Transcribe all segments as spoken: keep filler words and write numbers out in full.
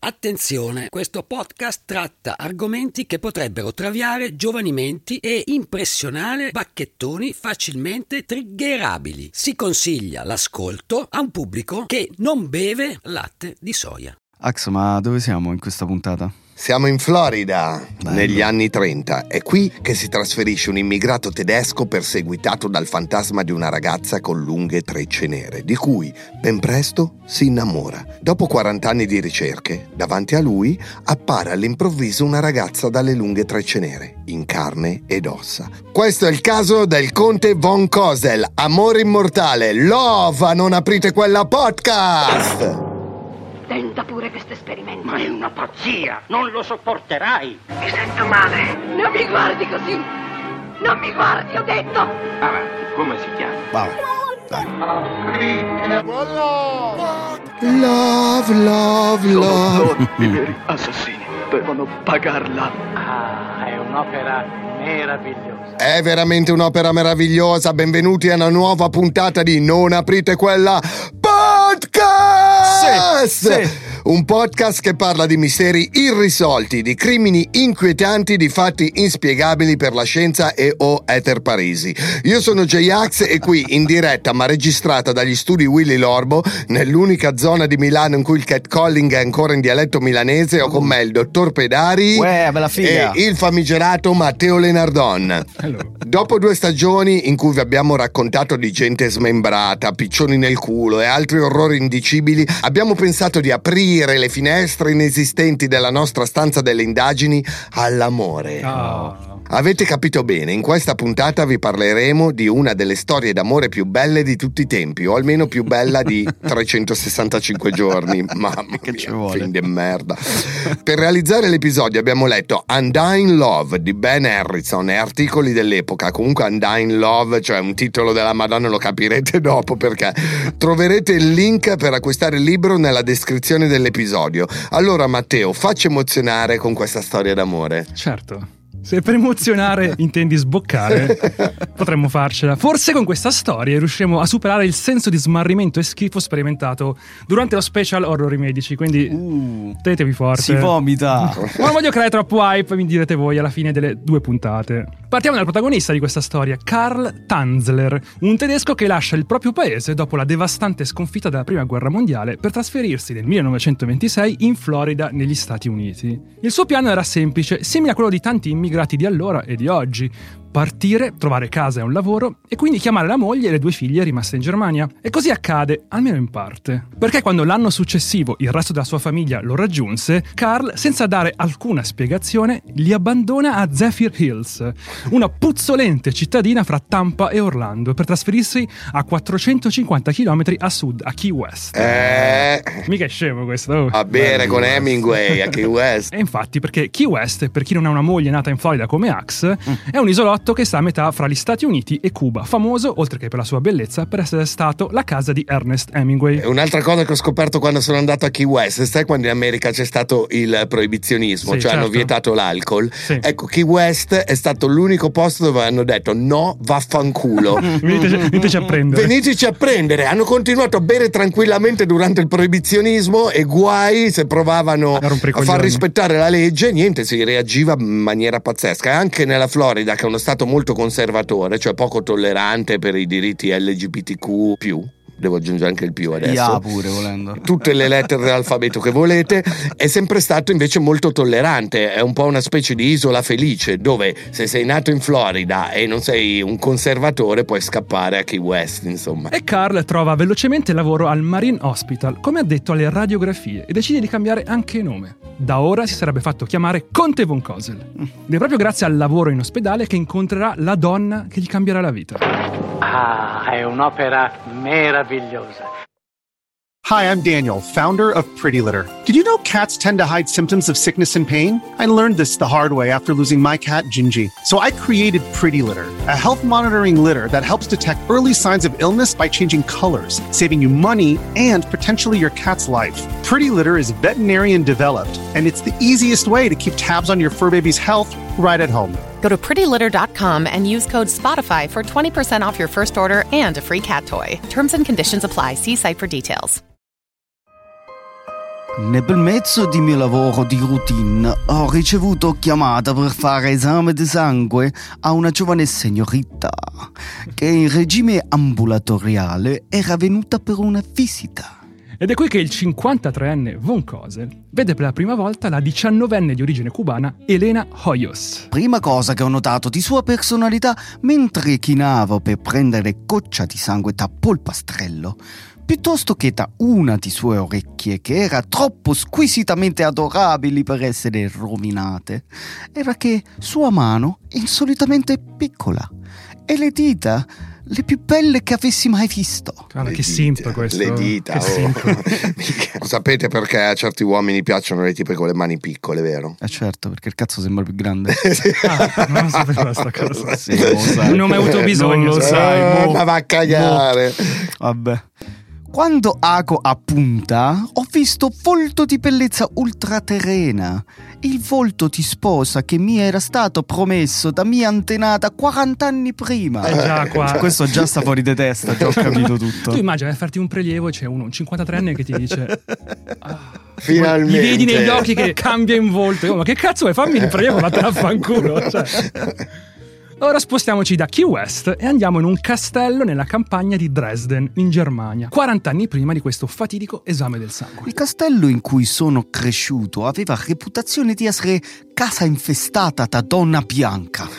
Attenzione, questo podcast tratta argomenti che potrebbero traviare giovani menti e impressionare bacchettoni facilmente triggerabili. Si consiglia l'ascolto a un pubblico che non beve latte di soia. Ax, ma dove siamo in questa puntata? Siamo in Florida, Bello. negli anni trenta. È qui che si trasferisce un immigrato tedesco perseguitato dal fantasma di una ragazza con lunghe trecce nere, di cui ben presto si innamora. Dopo quaranta anni di ricerche, davanti a lui appare all'improvviso una ragazza dalle lunghe trecce nere, in carne ed ossa. Questo è il caso del conte von Cosel, amore immortale, Love, non aprite quella podcast! Tenta pure questo esperimento. Ma è una pazzia, non lo sopporterai. Mi sento male. Non mi guardi così. Non mi guardi, ho detto. Ah, come si chiama? Vabbè, dai. Love, love, love. I veri assassini devono pagarla. Ah, è un'opera meravigliosa. È veramente un'opera meravigliosa. Benvenuti a una nuova puntata di Non aprite quella podcast. Sì, sì. Un podcast che parla di misteri irrisolti, di crimini inquietanti, di fatti inspiegabili per la scienza e o Ether Parisi. Io sono J-Ax e qui in diretta ma registrata dagli studi Willy Lorbo, nell'unica zona di Milano in cui il catcalling è ancora in dialetto milanese, ho con me il dottor Pedari Uè, bella figa. e il famigerato Matteo Lenardon. Hello. Dopo due stagioni in cui vi abbiamo raccontato di gente smembrata, piccioni nel culo e altri orrori indicibili, abbiamo pensato di aprire le finestre inesistenti della nostra stanza delle indagini all'amore. Oh. Avete capito bene, in questa puntata vi parleremo di una delle storie d'amore più belle di tutti i tempi, o almeno più bella di trecentosessantacinque giorni. Mamma che mia, ci vuole. film di merda. Per realizzare l'episodio abbiamo letto Undying Love di Ben Harrison e articoli dell'epoca. Comunque Undying Love, cioè un titolo della Madonna, lo capirete dopo perché troverete il link per acquistare il libro nella descrizione dell'episodio. Allora Matteo, facci emozionare con questa storia d'amore. Certo. Se per emozionare intendi sboccare, potremmo farcela. Forse con questa storia riusciremo a superare il senso di smarrimento e schifo sperimentato durante lo special Orrori Medici. Quindi Uh, tenetevi forte. si vomita. Ma non voglio creare troppo hype, mi direte voi alla fine delle due puntate. Partiamo dal protagonista di questa storia, Karl Tanzler, un tedesco che lascia il proprio paese dopo la devastante sconfitta della Prima Guerra Mondiale per trasferirsi nel millenovecentoventisei in Florida, negli Stati Uniti. Il suo piano era semplice, simile a quello di tanti immigrati di allora e di oggi: partire, trovare casa e un lavoro e quindi chiamare la moglie e le due figlie rimaste in Germania. E così accade, almeno in parte. Perché quando l'anno successivo il resto della sua famiglia lo raggiunse, Karl, senza dare alcuna spiegazione, li abbandona a Zephyr Hills, una puzzolente cittadina fra Tampa e Orlando, per trasferirsi a quattrocentocinquanta chilometri a sud, a Key West. Eh, Mica è scemo questo. Oh. a bere con Hemingway a Key West. E infatti, perché Key West, per chi non ha una moglie nata in Florida come Ax, mm. è un isolotto che sta a metà fra gli Stati Uniti e Cuba, famoso, oltre che per la sua bellezza, per essere stato la casa di Ernest Hemingway. Un'altra cosa che ho scoperto quando sono andato a Key West, sai quando in America c'è stato il proibizionismo, Sì, cioè certo. hanno vietato l'alcol? Sì. Ecco, Key West è stato l'unico posto dove hanno detto no, vaffanculo. Veniteci, veniteci a prendere. Veniteci a prendere. Hanno continuato a bere tranquillamente durante il proibizionismo e guai se provavano A rompere i a far coglioni. rispettare la legge, niente, si reagiva in maniera pazzesca. E anche nella Florida, che è uno stato molto conservatore, cioè poco tollerante per i diritti L G B T Q più, devo aggiungere anche il più adesso, Ya pure volendo. tutte le lettere dell'alfabeto che volete, è sempre stato invece molto tollerante. È un po' una specie di isola felice dove se sei nato in Florida e non sei un conservatore puoi scappare a Key West, insomma. E Karl trova velocemente lavoro al Marine Hospital come addetto alle radiografie e decide di cambiare anche nome. Da ora si sarebbe fatto chiamare Conte von Cosel. Ed è proprio grazie al lavoro in ospedale che incontrerà la donna che gli cambierà la vita. Ah, è un'opera meravigliosa. Hi, I'm Daniel, founder of Pretty Litter. Did you know cats tend to hide symptoms of sickness and pain? I learned this the hard way after losing my cat, Gingy. So I created Pretty Litter, a health monitoring litter that helps detect early signs of illness by changing colors, saving you money and potentially your cat's life. Pretty Litter is veterinarian developed, and it's the easiest way to keep tabs on your fur baby's health right at home. Go to pretty litter dot com and use code Spotify for twenty percent off your first order and a free cat toy. Terms and conditions apply. See site for details. Nel mezzo di mio lavoro di routine ho ricevuto chiamata per fare esame di sangue a una giovane signorina che in regime ambulatoriale era venuta per una visita. Ed è qui che il cinquantatreenne Von Cosel vede per la prima volta la diciannovenne di origine cubana Elena Hoyos. Prima cosa che ho notato di sua personalità mentre chinavo per prendere goccia di sangue da polpastrello, piuttosto che da una di sue orecchie che era troppo squisitamente adorabili per essere rovinate, era che sua mano è insolitamente piccola e le dita le più belle che avessi mai visto. Guarda, che simp questo. Le dita. Che oh. Sapete perché a certi uomini piacciono le tipe con le mani piccole, vero? Eh certo, perché il cazzo sembra più grande. Ah, non sapevo questa cosa. Sì, lo sai. Non ho mai avuto bisogno. Non lo sai. sai, boh. Ma va a cagare. Boh. Vabbè. Quando ago a punta, ho visto volto di bellezza ultraterrena. Il volto di sposa che mi era stato promesso da mia antenata quaranta anni prima. Eh già, qua. Questo già sta fuori di testa, già ho capito tutto. Tu immagina farti un prelievo e c'è uno, un cinquantatreenne che ti dice ah, finalmente. Gli vedi negli occhi che cambia in volto. Io, ma che cazzo vuoi? Fammi il prelievo, vattene a fanculo. Cioè. Ora spostiamoci da Key West e andiamo in un castello nella campagna di Dresden, in Germania, quaranta anni prima di questo fatidico esame del sangue. Il castello in cui sono cresciuto aveva reputazione di essere casa infestata da donna bianca.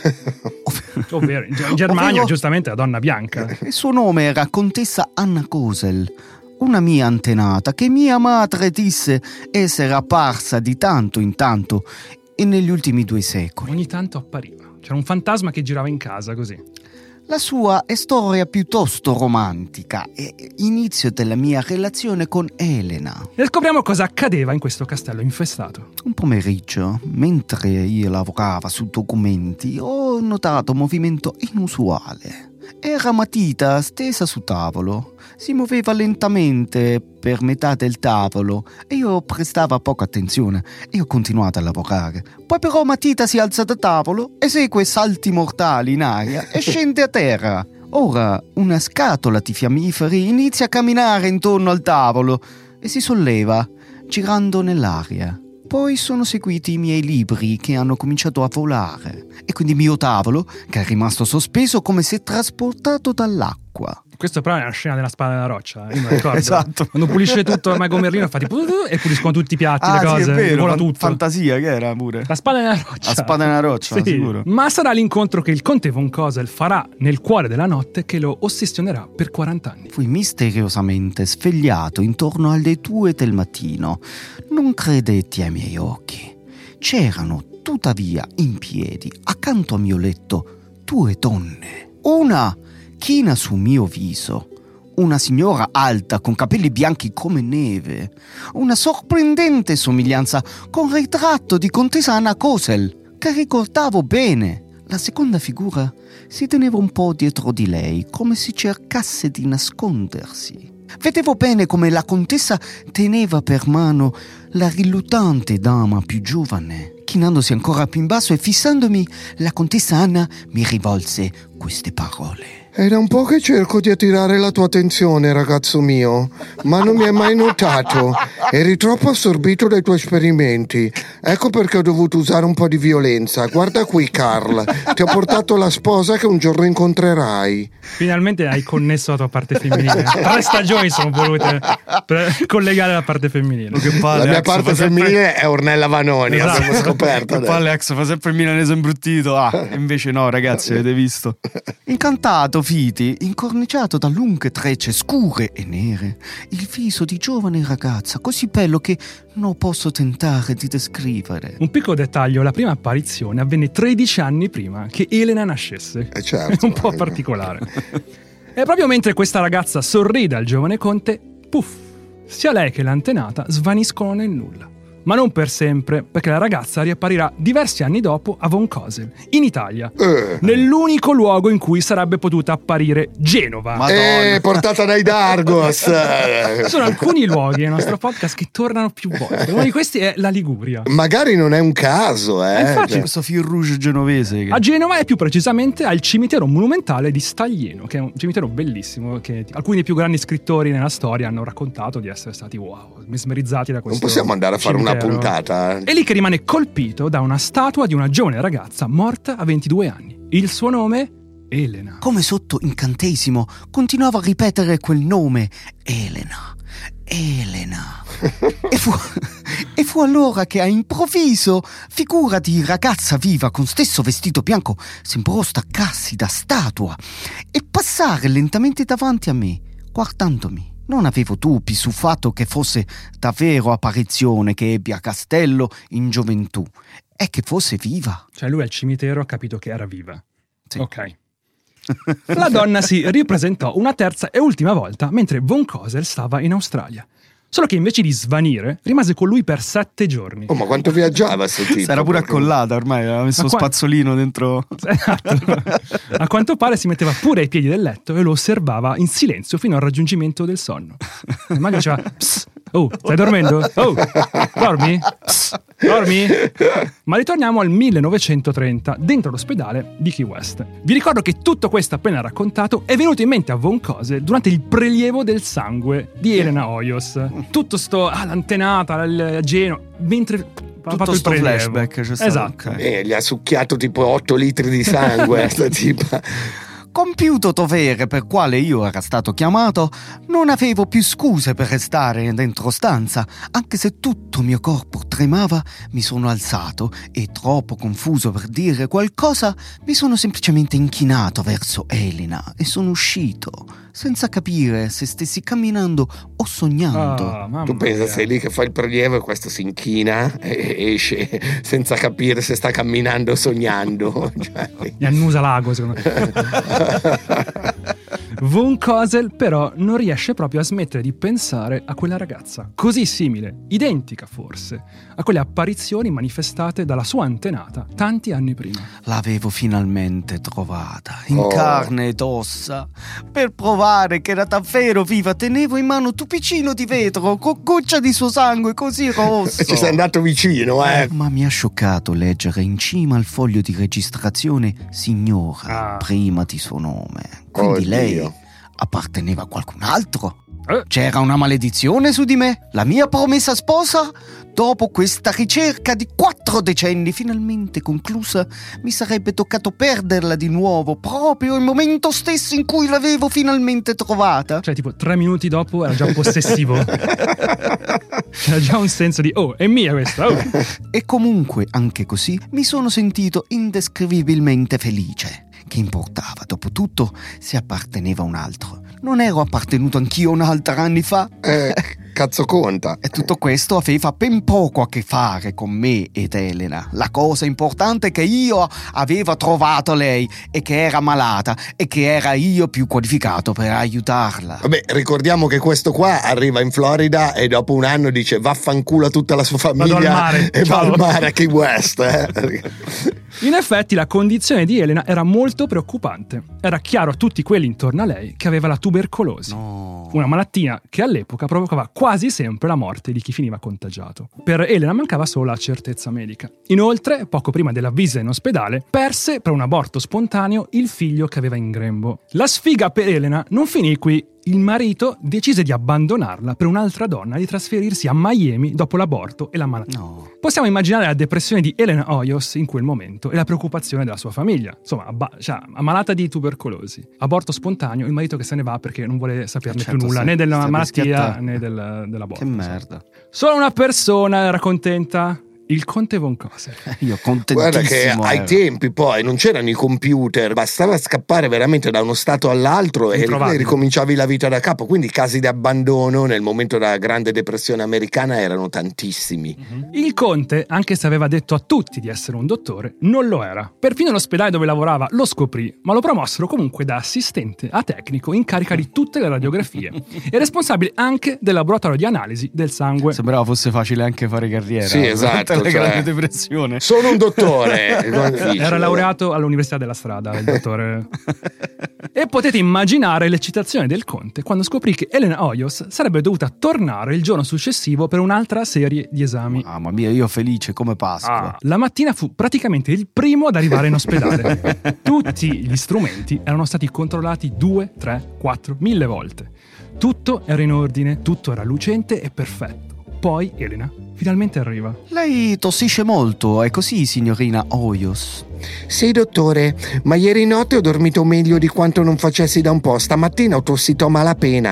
Ovvero, in Germania Ovvero, giustamente la donna bianca. Il suo nome era contessa Anna Cosel, una mia antenata che mia madre disse essere apparsa di tanto in tanto e negli ultimi due secoli. Ogni tanto appariva. C'era un fantasma che girava in casa così. La sua è storia piuttosto romantica e inizio della mia relazione con Elena. E scopriamo cosa accadeva in questo castello infestato. Un pomeriggio, mentre io lavoravo su documenti, ho notato un movimento inusuale. Era matita stesa sul tavolo. Si muoveva lentamente per metà del tavolo e io prestavo poca attenzione e ho continuato a lavorare. Poi però matita si alza da tavolo, esegue salti mortali in aria e scende a terra. Ora una scatola di fiammiferi inizia a camminare intorno al tavolo e si solleva, girando nell'aria. Poi sono seguiti i miei libri che hanno cominciato a volare e quindi il mio tavolo che è rimasto sospeso come se trasportato dall'acqua. Questo però è una scena della spada nella roccia, io mi ricordo. Esatto. Quando pulisce tutto Mago Merlino fa tipo e puliscono tutti i piatti, ah, le cose, sì, è vero, vola fan- tutto. Fantasia che era pure. La spada nella roccia. La spada nella roccia, sì. sicuro. Ma sarà l'incontro che il conte Von Cosel farà nel cuore della notte che lo ossessionerà per quaranta anni. Fui misteriosamente svegliato intorno alle due del mattino. Non credetti ai miei occhi. C'erano tuttavia in piedi, accanto al mio letto, due donne. Una china sul mio viso, una signora alta con capelli bianchi come neve, una sorprendente somiglianza con il ritratto di contessa Anna Cosel, che ricordavo bene. La seconda figura si teneva un po' dietro di lei, come se cercasse di nascondersi. Vedevo bene come la contessa teneva per mano la riluttante dama più giovane. Chinandosi ancora più in basso e fissandomi, la contessa Anna mi rivolse queste parole. È da un po' che cerco di attirare la tua attenzione, ragazzo mio, ma non mi hai mai notato. Eri troppo assorbito dai tuoi esperimenti. Ecco perché ho dovuto usare un po' di violenza. Guarda qui, Carl, ti ho portato la sposa che un giorno incontrerai. Finalmente hai connesso la tua parte femminile. Tre stagioni sono volute per collegare la parte femminile. Che palle, la mia Axo, parte femminile sempre... è Ornella Vanoni, esatto. Abbiamo scoperto. Che palle, Axo, fa sempre il milanese imbruttito. Ah, invece no, ragazzi, avete visto. Incantato, Fiti, incorniciato da lunghe trecce scure e nere, il viso di giovane ragazza così bello che non posso tentare di descrivere. Un piccolo dettaglio, la prima apparizione avvenne tredici anni prima che Elena nascesse. Eh certo. È un po' particolare. E proprio mentre questa ragazza sorride al giovane conte, puff, sia lei che l'antenata svaniscono nel nulla. ma non per sempre, perché la ragazza riapparirà diversi anni dopo a Von Cosel, in Italia, eh. nell'unico luogo in cui sarebbe potuta apparire, Genova. Madonna. Eh, portata dai Dargos. Sono alcuni luoghi nel nostro podcast che tornano più volte. Uno di questi è la Liguria. Magari non è un caso, eh. eh infatti, questo fil rouge genovese. Che... A Genova, e più precisamente al cimitero monumentale di Staglieno, che è un cimitero bellissimo, che alcuni dei più grandi scrittori nella storia hanno raccontato di essere stati wow, mesmerizzati da questo. Non possiamo andare a fare cimitero. Una puntata? È lì che rimane colpito da una statua di una giovane ragazza morta a ventidue anni. Il suo nome? Elena. Come sotto incantesimo continuava a ripetere quel nome, Elena, Elena. e, fu, e fu allora che a improvviso, figura di ragazza viva con stesso vestito bianco, sembrò staccarsi da statua e passare lentamente davanti a me, guardandomi. Non avevo dubbi sul fatto che fosse davvero apparizione che ebbi a Castello in gioventù e che fosse viva. Cioè lui al cimitero ha capito che era viva. Sì. Ok. La donna si ripresentò una terza e ultima volta mentre Von Cosel stava in Australia. Solo che invece di svanire, rimase con lui per sette giorni. Oh, ma quanto viaggiava sto tipo? Si era pure accollata ormai, aveva messo lo qua... spazzolino dentro. Esatto. A quanto pare si metteva pure ai piedi del letto e lo osservava in silenzio fino al raggiungimento del sonno. E magari diceva, psst, oh, stai dormendo? Oh, dormi? Psst, dormi? Ma ritorniamo al millenovecentotrenta, dentro l'ospedale di Key West. Vi ricordo che tutto questo appena raccontato è venuto in mente a Von Cosel durante il prelievo del sangue di Elena Hoyos. Tutto sto, ah, l'antenata, il Geno, mentre ha fatto il prelievo. Flashback, cioè esatto. Okay. Eh, gli ha succhiato tipo otto litri di sangue sta tipa. Compiuto dovere per quale io era stato chiamato, non avevo più scuse per restare dentro stanza, anche se tutto il mio corpo tremava. Mi sono alzato e, troppo confuso per dire qualcosa, mi sono semplicemente inchinato verso Elena e sono uscito, senza capire se stessi camminando o sognando. Oh, tu pensa, sei lì che fai il prelievo e questo si inchina e esce senza capire se sta camminando o sognando. Cioè... Gli annusa l'ago, secondo me. Von Cosel però non riesce proprio a smettere di pensare a quella ragazza, così simile, identica forse, a quelle apparizioni manifestate dalla sua antenata tanti anni prima. L'avevo finalmente trovata, in oh. carne ed ossa. Per provare che era davvero viva, tenevo in mano un tubicino di vetro con goccia di suo sangue così rosso. E ci sei andato vicino, eh? Ma mi ha scioccato leggere in cima al foglio di registrazione signora, ah. prima di suo nome. Quindi Oddio. lei apparteneva a qualcun altro? Eh. C'era una maledizione su di me? La mia promessa sposa? Dopo questa ricerca di quattro decenni finalmente conclusa, mi sarebbe toccato perderla di nuovo proprio il momento stesso in cui l'avevo finalmente trovata. Cioè tipo tre minuti dopo era già possessivo. C'era già un senso di oh, è mia questa, oh. E comunque anche così mi sono sentito indescrivibilmente felice. Che importava, dopo tutto, se apparteneva a un altro? Non ero appartenuto anch'io un'altra anni fa? Eh, cazzo conta. E tutto questo aveva ben poco a che fare con me ed Elena. La cosa importante è che io avevo trovato lei e che era malata e che era io più qualificato per aiutarla. Vabbè, ricordiamo che questo qua arriva in Florida e dopo un anno dice vaffanculo a tutta la sua famiglia. Vado al mare. E Ciao. va al mare a Key West. Eh. In effetti la condizione di Elena era molto preoccupante. Era chiaro a tutti quelli intorno a lei che aveva la tubercolosi, No. una malattia che all'epoca provocava quasi sempre la morte di chi finiva contagiato. Per Elena mancava solo la certezza medica. Inoltre, poco prima della visita in ospedale, perse per un aborto spontaneo il figlio che aveva in grembo. La sfiga per Elena non finì qui. Il marito decise di abbandonarla per un'altra donna e di trasferirsi a Miami dopo l'aborto e la malattia. No. Possiamo immaginare la depressione di Elena Hoyos in quel momento e la preoccupazione della sua famiglia. Insomma, abba- cioè, ammalata di tubercolosi, aborto spontaneo, il marito che se ne va perché non vuole saperne Certo, più nulla, sì, né della stai malattia rischiattando. né del, dell'aborto. Che merda. Solo una persona era contenta, il conte von Cosel. Io contentissimo. Guarda che ai ero. tempi poi non c'erano i computer, bastava scappare veramente da uno stato all'altro e Introvabile. ricominciavi la vita da capo. Quindi i casi di abbandono nel momento della grande depressione americana erano tantissimi. Il conte, anche se aveva detto a tutti di essere un dottore, non lo era. Perfino l'ospedale dove lavorava lo scoprì, ma lo promossero comunque da assistente a tecnico in carica di tutte le radiografie e responsabile anche del laboratorio di analisi del sangue. Sembrava fosse facile anche fare carriera. Sì, esatto, La cioè, grande depressione. sono un dottore. Era laureato all'Università della Strada, il dottore. E potete immaginare l'eccitazione del conte quando scoprì che Elena Hoyos sarebbe dovuta tornare il giorno successivo per un'altra serie di esami. Mamma mia, io felice come Pasqua. Ah, la mattina fu praticamente il primo ad arrivare in ospedale. Tutti gli strumenti erano stati controllati due, tre, quattro, mille volte. Tutto era in ordine, tutto era lucente e perfetto. Poi Elena finalmente arriva. Lei tossisce molto, è così, signorina Hoyos? Sì, dottore, ma ieri notte ho dormito meglio di quanto non facessi da un po'. Stamattina ho tossito a malapena.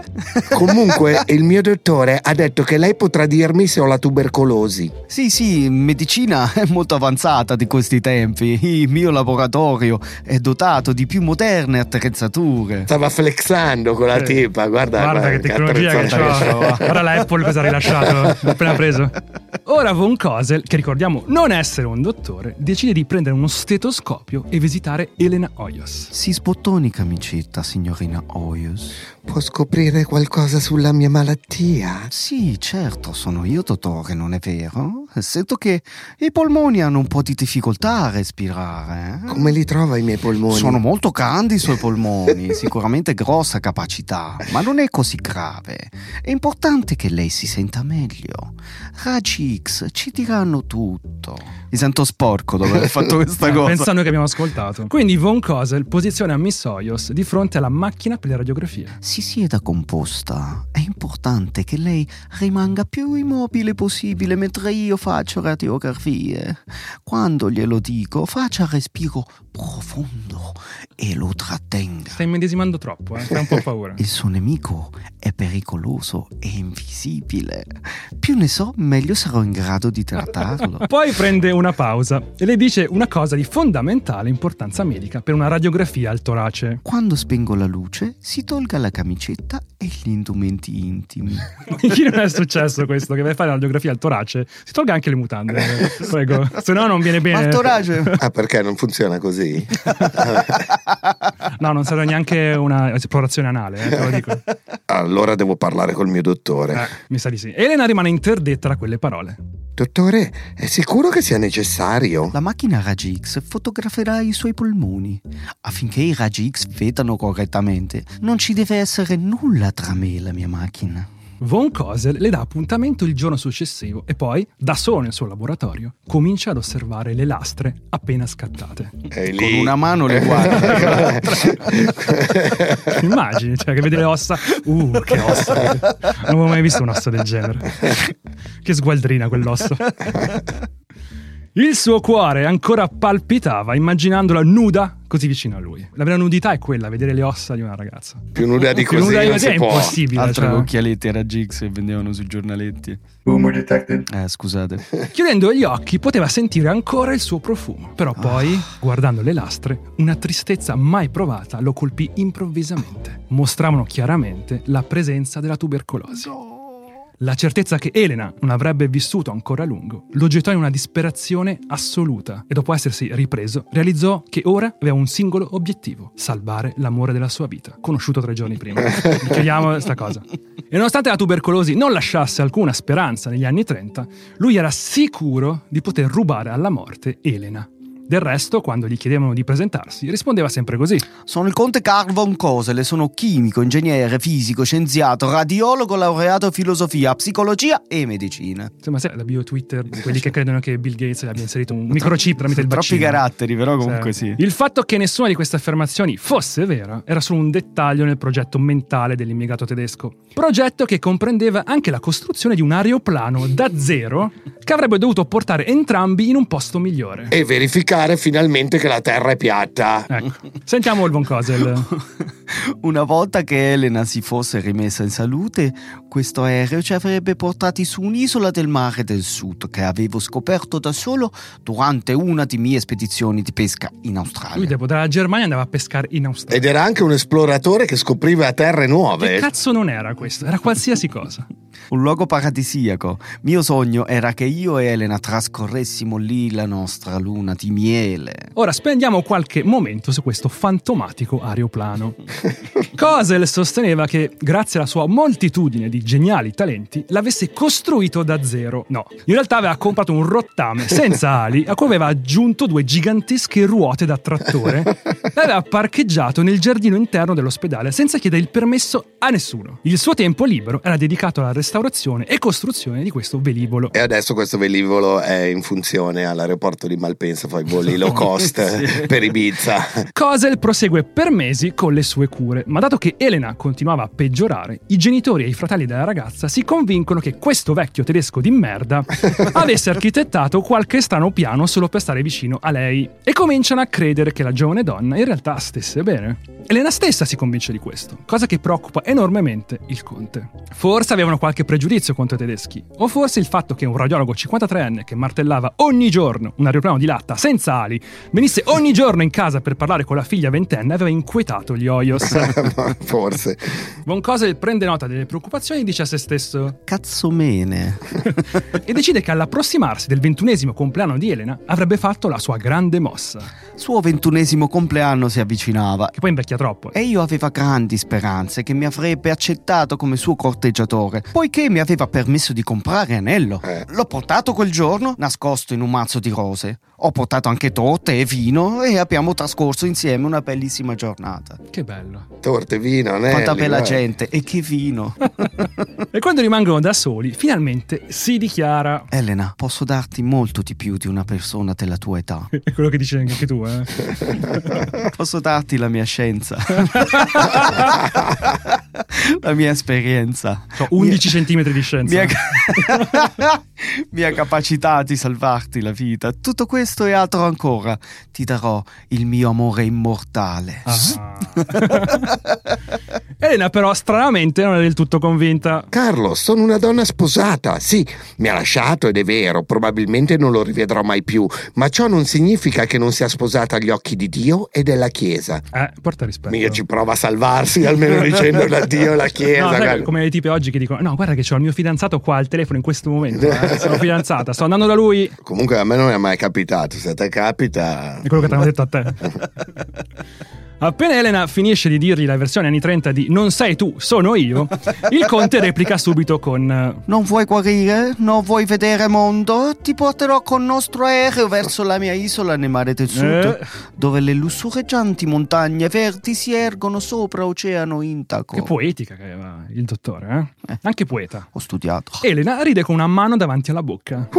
Comunque, il mio dottore ha detto che lei potrà dirmi se ho la tubercolosi. Sì, sì, medicina è molto avanzata di questi tempi. Il mio laboratorio è dotato di più moderne attrezzature. Stava flexando con la Eh, tipa, guarda, Guarda che tecnologia che attrezzatura c'ha. Guarda la Apple cosa ha rilasciato, l'ha appena preso. Ora von Cosel, che ricordiamo non essere un dottore, decide di prendere uno stetoscopio e visitare Elena Hoyos. Si sbottoni camicetta, signorina Hoyos. Può scoprire qualcosa sulla mia malattia? Sì, certo, sono io dottore, non è vero? Sento che i polmoni hanno un po' di difficoltà a respirare. eh? Come li trova i miei polmoni? Sono molto grandi i suoi polmoni, sicuramente grossa capacità, ma non è così grave. È importante che lei si senta meglio. Raggi X ci diranno tutto. Mi sento sporco dopo aver fatto questa cosa. Pensando che abbiamo ascoltato. Quindi von Cosel posiziona Miss Hoyos di fronte alla macchina per le radiografie. Si sieda composta. È importante che lei rimanga più immobile possibile mentre io faccio radiografie. Quando glielo dico, faccia respiro profondo e lo trattenga. Stai immedesimando troppo, eh? Fai un po' paura. Il suo nemico è pericoloso e invisibile. Più ne so, meglio sarò in grado di trattarlo. Poi prende una pausa e le dice una cosa di fondamentale importanza medica per una radiografia al torace. Quando spengo la luce, si tolga la camicetta e gli indumenti intimi. Chi non è successo questo? Che vai a fare la radiografia al torace? Si tolga anche le mutande, prego. Se no non viene bene. Ma il torace? Ah, perché non funziona così? No, non serve neanche una esplorazione anale, eh, te lo dico. Allora devo parlare col mio dottore. Eh, mi sa di sì. Elena rimane interdetta da quelle parole. Dottore, è sicuro che sia necessario? La macchina Raggi X fotograferà i suoi polmoni. Affinché i Raggi X vedano correttamente, non ci deve essere nulla tra me e la mia macchina. Von Cosel le dà appuntamento il giorno successivo e poi, da solo nel suo laboratorio, comincia ad osservare le lastre appena scattate. È lì. Con una mano le guarda. Immagini, cioè, che vede le ossa. Uh, che ossa! Non avevo mai visto un osso del genere. Che sgualdrina quell'osso. Il suo cuore ancora palpitava immaginandola nuda così vicino a lui. La vera nudità è quella, vedere le ossa di una ragazza. Più nuda di Più così nuda di non così si è può. impossibile. Altre cioè. occhialetti a Raggi X che vendevano sui giornaletti. Boomer detected. Eh, scusate. Chiudendo gli occhi poteva sentire ancora il suo profumo. Però poi, guardando le lastre, una tristezza mai provata lo colpì improvvisamente. Mostravano chiaramente la presenza della tubercolosi. La certezza che Elena non avrebbe vissuto ancora a lungo lo gettò in una disperazione assoluta e dopo essersi ripreso realizzò che ora aveva un singolo obiettivo: salvare l'amore della sua vita, conosciuto tre giorni prima. Chiariamo sta cosa. E nonostante la tubercolosi non lasciasse alcuna speranza negli anni trenta, lui era sicuro di poter rubare alla morte Elena. Del resto, quando gli chiedevano di presentarsi, rispondeva sempre così. Sono il conte Carl von Cosel, sono chimico, ingegnere, fisico, scienziato, radiologo, laureato in filosofia, psicologia e medicina. Sembra se la bio Twitter di quelli che credono che Bill Gates abbia inserito un microchip tramite il vaccino. Troppi caratteri, però comunque Sì. sì. Il fatto che nessuna di queste affermazioni fosse vera era solo un dettaglio nel progetto mentale dell'immigrato tedesco. Progetto che comprendeva anche la costruzione di un aeroplano da zero che avrebbe dovuto portare entrambi in un posto migliore. E verificare finalmente che la terra è piatta. Ecco. Sentiamo il von Cosel. Una volta che Elena si fosse rimessa in salute, questo aereo ci avrebbe portati su un'isola del mare del sud che avevo scoperto da solo durante una di mie spedizioni di pesca in Australia. Lui dopo dalla Germania andava a pescare in Australia. Ed era anche un esploratore che scopriva terre nuove. Che cazzo non era questo? Era qualsiasi cosa. Un luogo paradisiaco. Mio sogno era che io e Elena trascorressimo lì la nostra luna di miele. Ora spendiamo qualche momento su questo fantomatico aeroplano. Cosel sosteneva che, grazie alla sua moltitudine di geniali talenti, l'avesse costruito da zero. No, in realtà aveva comprato un rottame senza ali a cui aveva aggiunto due gigantesche ruote da trattore e aveva parcheggiato nel giardino interno dell'ospedale senza chiedere il permesso a nessuno. Il suo tempo libero era dedicato alla restaurazione e costruzione di questo velivolo. E adesso questo velivolo è in funzione all'aeroporto di Malpensa, fa i voli low cost sì. per Ibiza. Cosel prosegue per mesi con le sue cure, ma dato che Elena continuava a peggiorare, i genitori e i fratelli della ragazza si convincono che questo vecchio tedesco di merda avesse architettato qualche strano piano solo per stare vicino a lei e cominciano a credere che la giovane donna in realtà stesse bene. Elena stessa si convince di questo, cosa che preoccupa enormemente il conte. Forse avevano qualche pregiudizio contro i tedeschi, o forse il fatto che un radiologo cinquantatreenne che martellava ogni giorno un aeroplano di latta senza ali venisse ogni giorno in casa per parlare con la figlia ventenne aveva inquietato gli Oyos. Forse. Von Cosel prende nota delle preoccupazioni e dice a se stesso cazzomene e decide che all'approssimarsi del ventunesimo compleanno di Elena avrebbe fatto la sua grande mossa. Suo ventunesimo compleanno si avvicinava, che poi invecchia troppo, e io aveva grandi speranze che mi avrebbe accettato come suo corteggiatore, poiché mi aveva permesso di comprare anello. Eh. L'ho portato quel giorno nascosto in un mazzo di rose. Ho portato anche torte e vino e abbiamo trascorso insieme una bellissima giornata. Che bello. Torte, vino, anelli. Quanta bella guarda. gente, e che vino. E quando rimangono da soli, finalmente si dichiara: Elena, posso darti molto di più di una persona della tua età. È quello che dici anche tu, eh? Posso darti la mia scienza. La mia esperienza. Cioè, undici mia... centimetri di scienza. Mia... mia capacità di salvarti la vita. Tutto questo e altro ancora. Ti darò il mio amore immortale. Ah. Elena però stranamente non è del tutto convinta. Carlo, sono una donna sposata. Sì, mi ha lasciato ed è vero, probabilmente non lo rivedrò mai più, ma ciò non significa che non sia sposata agli occhi di Dio e della Chiesa. Eh, porta rispetto. Mica ci prova a salvarsi almeno dicendo da Dio e la Chiesa. No, sai, come le tipe oggi che dicono: no, guarda che c'ho il mio fidanzato qua al telefono in questo momento, eh. Sono fidanzata, sto andando da lui. Comunque a me non è mai capitato, se a te capita... È quello che ti hanno detto a te. Appena Elena finisce di dirgli la versione anni trenta di "non sei tu, sono io", il conte replica subito con: non vuoi guarire? Non vuoi vedere mondo? Ti porterò con nostro aereo verso la mia isola nel mare del sud, eh. dove le lussureggianti montagne verdi si ergono sopra oceano intaco. Che poetica che aveva il dottore, eh? eh. Anche poeta. Ho studiato. Elena ride con una mano davanti alla bocca.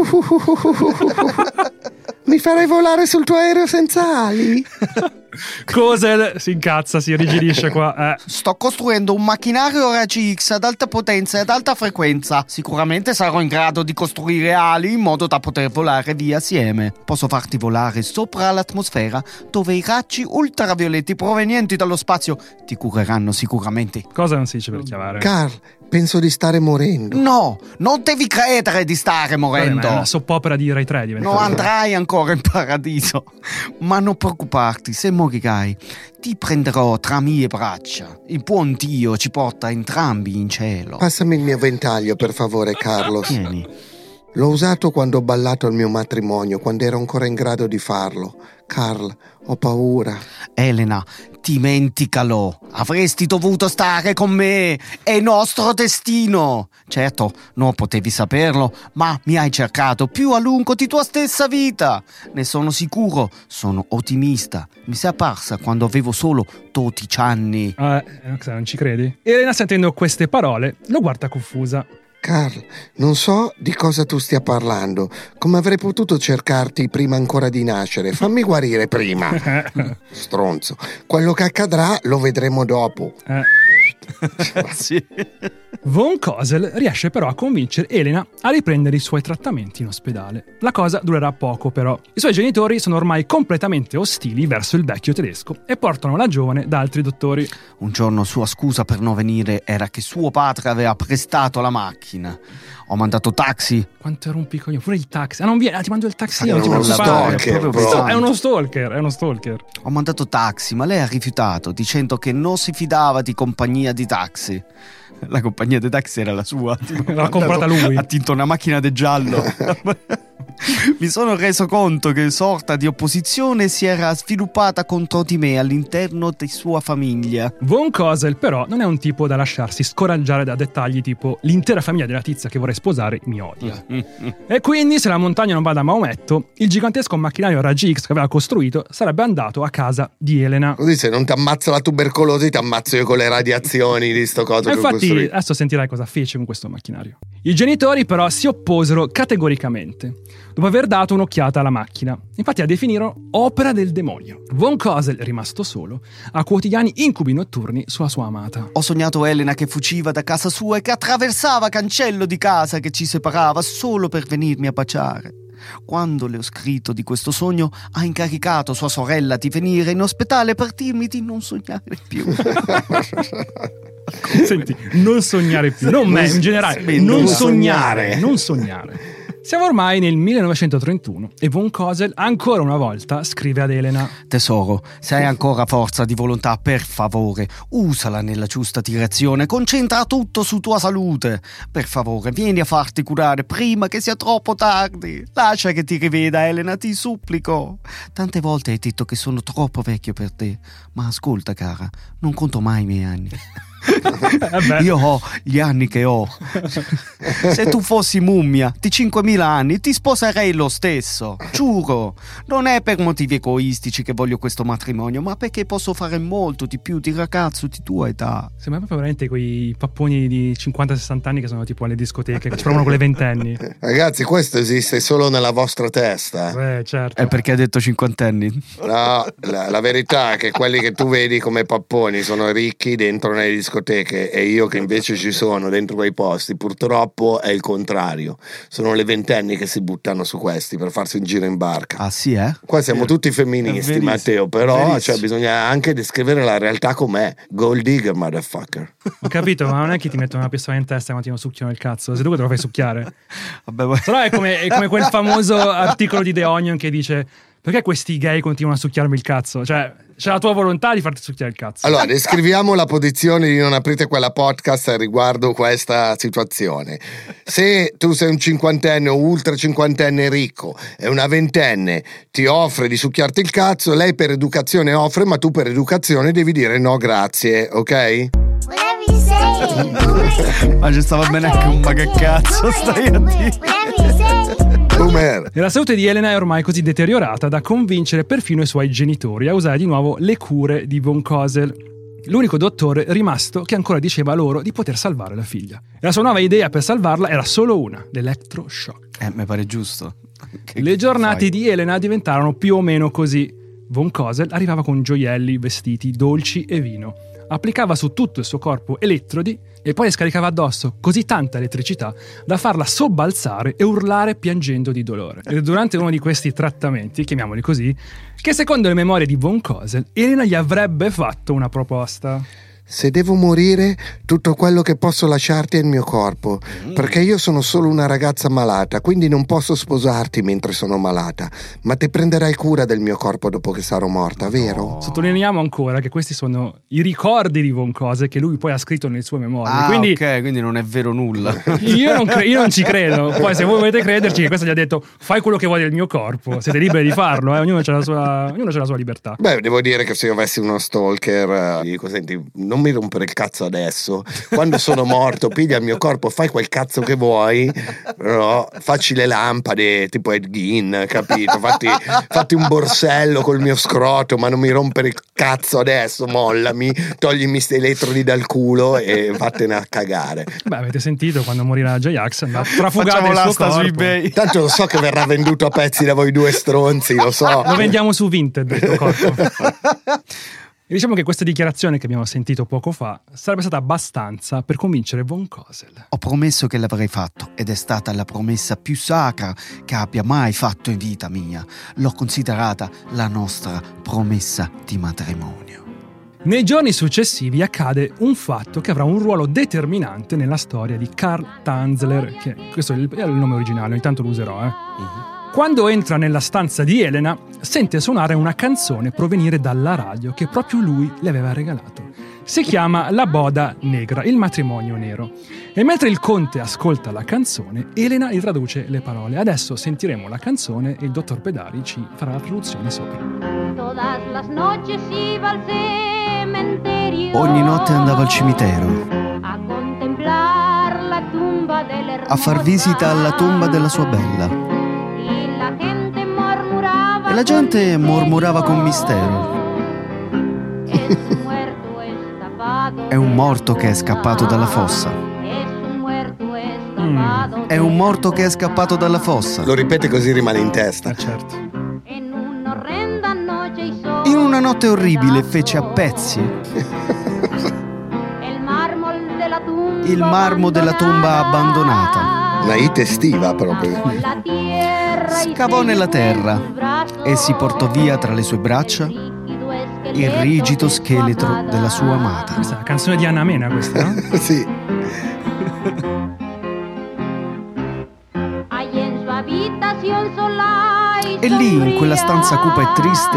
Mi farei volare sul tuo aereo senza ali? Cosel si incazza, si irrigidisce qua. Eh. Sto costruendo un macchinario raggi X ad alta potenza e ad alta frequenza. Sicuramente sarò in grado di costruire ali in modo da poter volare via assieme. Posso farti volare sopra l'atmosfera, dove i raggi ultravioletti provenienti dallo spazio ti cureranno sicuramente. Cosa non si dice per chiamare? Carl, penso di stare morendo. No, non devi credere di stare morendo. Vabbè, ma è una soppopera di Rai tre diventa. Non andrai ancora in paradiso. Ma non preoccuparti, se morirai ti prenderò tra mie braccia. Il buon Dio ci porta entrambi in cielo. Passami il mio ventaglio, per favore, Carlos. Tieni. L'ho usato quando ho ballato al mio matrimonio, quando ero ancora in grado di farlo. Carl, ho paura. Elena, dimenticalo. Avresti dovuto stare con me. È nostro destino. Certo, non potevi saperlo, ma mi hai cercato più a lungo di tua stessa vita. Ne sono sicuro, sono ottimista. Mi sei apparsa quando avevo solo dodici anni. Eh, non ci credi? Elena, sentendo queste parole, lo guarda confusa. Carl, non so di cosa tu stia parlando. Come avrei potuto cercarti prima ancora di nascere? Fammi guarire prima. Stronzo. Quello che accadrà lo vedremo dopo. Eh. Sì. Von Cosel riesce però a convincere Elena a riprendere i suoi trattamenti in ospedale. La cosa durerà poco però. I suoi genitori sono ormai completamente ostili verso il vecchio tedesco e portano la giovane da altri dottori. Un giorno sua scusa per non venire era che suo padre aveva prestato la macchina. Ho mandato taxi. Quanto ero un piccolino, pure il taxi. Ah, non viene, ah, ti mando il taxi. È non ti uno preoccupare. stalker, proprio bro. pesante. È uno stalker, è uno stalker. Ho mandato taxi, ma lei ha rifiutato, dicendo che non si fidava di compagnia di taxi. La compagnia di taxi era la sua. L'ha comprata lui. Ha tinto una macchina di giallo. Mi sono reso conto che sorta di opposizione si era sviluppata contro di me all'interno di sua famiglia. Von Cosel però non è un tipo da lasciarsi scoraggiare da dettagli tipo l'intera famiglia della tizia che vorrei sposare mi odia. E quindi se la montagna non va da Maometto, il gigantesco macchinario Raggi X che aveva costruito sarebbe andato a casa di Elena. Così se non ti ammazza la tubercolosi ti ammazzo io con le radiazioni di sto coso E che ho infatti costruito. adesso sentirai cosa fece con questo macchinario. I genitori però si opposero categoricamente dopo aver dato un'occhiata alla macchina. Infatti la definirono opera del demonio. Von Cosel, rimasto solo, ha quotidiani incubi notturni sulla sua amata. Ho sognato Elena che fuggiva da casa sua e che attraversava cancello di casa che ci separava solo per venirmi a baciare. Quando le ho scritto di questo sogno, ha incaricato sua sorella di venire in ospedale per dirmi di non sognare più. Senti, non sognare più, non me, in generale, Sì, non non sognare, sognare. non sognare. Siamo ormai nel millenovecentotrentuno e Von Cosel ancora una volta scrive ad Elena: Tesoro, se hai ancora forza di volontà, per favore, usala nella giusta direzione, concentra tutto su tua salute. Per favore, vieni a farti curare prima che sia troppo tardi. Lascia che ti riveda, Elena, ti supplico. Tante volte hai detto che sono troppo vecchio per te, ma ascolta, cara, non conto mai i miei anni. Eh Io ho gli anni che ho. Se tu fossi mummia di cinquemila anni ti sposerei lo stesso, giuro. Non è per motivi egoistici che voglio questo matrimonio, ma perché posso fare molto di più di ragazzo di tua età. Sembra proprio veramente quei papponi di cinquanta sessanta anni che sono tipo alle discoteche, che ci provano con le ventenni. Ragazzi, questo esiste solo nella vostra testa. Eh, certo. È perché ha detto cinquantenni? No, la, la verità è che quelli che tu vedi come papponi sono ricchi dentro nelle discoteche e io che invece ci sono dentro quei posti, purtroppo è il contrario. Sono le ventenni che si buttano su questi per farsi un giro in barca. Ah sì, eh? Qua siamo tutti femministi, Verissimo. Matteo, però Verissimo. cioè, bisogna anche descrivere la realtà com'è. Gold digger, motherfucker. Ho capito, ma non è che ti mettono una pistola in testa quando ti succhiano il cazzo, sei tu che te lo fai succhiare. Vabbè, vai. Se no è come, è come quel famoso articolo di The Onion che dice: perché questi gay continuano a succhiarmi il cazzo? Cioè, c'è la tua volontà di farti succhiare il cazzo. Allora, descriviamo la posizione di Non aprite quella podcast riguardo questa situazione. Se tu sei un cinquantenne o ultra cinquantenne ricco e una ventenne ti offre di succhiarti il cazzo, lei per educazione offre, ma tu per educazione devi dire no grazie, ok? Whatever you say. Ma ci stava bene anche un ma che cazzo stai a dire? Whatever you say. Boomer. E la salute di Elena è ormai così deteriorata da convincere perfino i suoi genitori a usare di nuovo le cure di Von Cosel, l'unico dottore rimasto che ancora diceva loro di poter salvare la figlia. E la sua nuova idea per salvarla era solo una: l'elettroshock. Eh, mi pare giusto. Che Le giornate fai? di Elena diventarono più o meno così. Von Cosel arrivava con gioielli, vestiti, dolci e vino. Applicava su tutto il suo corpo elettrodi e poi le scaricava addosso così tanta elettricità da farla sobbalzare e urlare piangendo di dolore. Ed è durante uno di questi trattamenti, chiamiamoli così, che secondo le memorie di Von Cosel, Elena gli avrebbe fatto una proposta. Se devo morire, tutto quello che posso lasciarti è il mio corpo, perché io sono solo una ragazza malata, quindi non posso sposarti mentre sono malata, ma ti prenderai cura del mio corpo dopo che sarò morta, vero? Sottolineiamo ancora che questi sono i ricordi di Von Cosel che lui poi ha scritto nelle sue memorie. Ah, quindi ok, quindi non è vero nulla. io non, cre- io non ci credo. Poi se voi volete crederci che questo gli ha detto fai quello che vuoi del mio corpo, siete liberi di farlo, eh? ognuno c'ha la sua, ognuno c'ha la sua libertà. Beh, devo dire che se io avessi uno stalker, gli dico, senti, non mi rompere il cazzo adesso, quando sono morto piglia il mio corpo, fai quel cazzo che vuoi, no? Facci le lampade tipo Ed Gein, capito? Fatti, fatti un borsello col mio scroto, ma non mi rompere il cazzo adesso, mollami, toglimi ste elettrodi dal culo e vattene a cagare. Beh, avete sentito quando morirà J-Ax andrà trafugate Facciamo il suo l'asta su corpo. eBay. Tanto lo so che verrà venduto a pezzi da voi due stronzi, lo so. Lo vendiamo su Vinted il tuo corpo. E diciamo che questa dichiarazione che abbiamo sentito poco fa sarebbe stata abbastanza per convincere von Cosel. Ho promesso che l'avrei fatto ed è stata la promessa più sacra che abbia mai fatto in vita mia. L'ho considerata la nostra promessa di matrimonio. Nei giorni successivi accade un fatto che avrà un ruolo determinante nella storia di Karl Tanzler, che questo è il, è il nome originale, ogni tanto lo userò, eh. Uh-huh. Quando entra nella stanza di Elena, sente suonare una canzone provenire dalla radio che proprio lui le aveva regalato. Si chiama La Boda Negra, il matrimonio nero. E mentre il conte ascolta la canzone, Elena gli traduce le parole. Adesso sentiremo la canzone e il dottor Pedari ci farà la traduzione sopra. Ogni notte andavo al cimitero a far visita alla tomba della sua bella. E la gente mormorava con mistero. È un morto che è scappato dalla fossa. Mm. È un morto che è scappato dalla fossa. Lo ripete così rimane in testa. Eh, certo. In una notte orribile fece a pezzi il marmo della tomba abbandonata. Una ite estiva proprio. Scavò nella terra e si portò via tra le sue braccia il rigido scheletro della sua amata. Questa è la canzone di Anna Mena, questa, no? Sì. E lì, in quella stanza cupa e triste,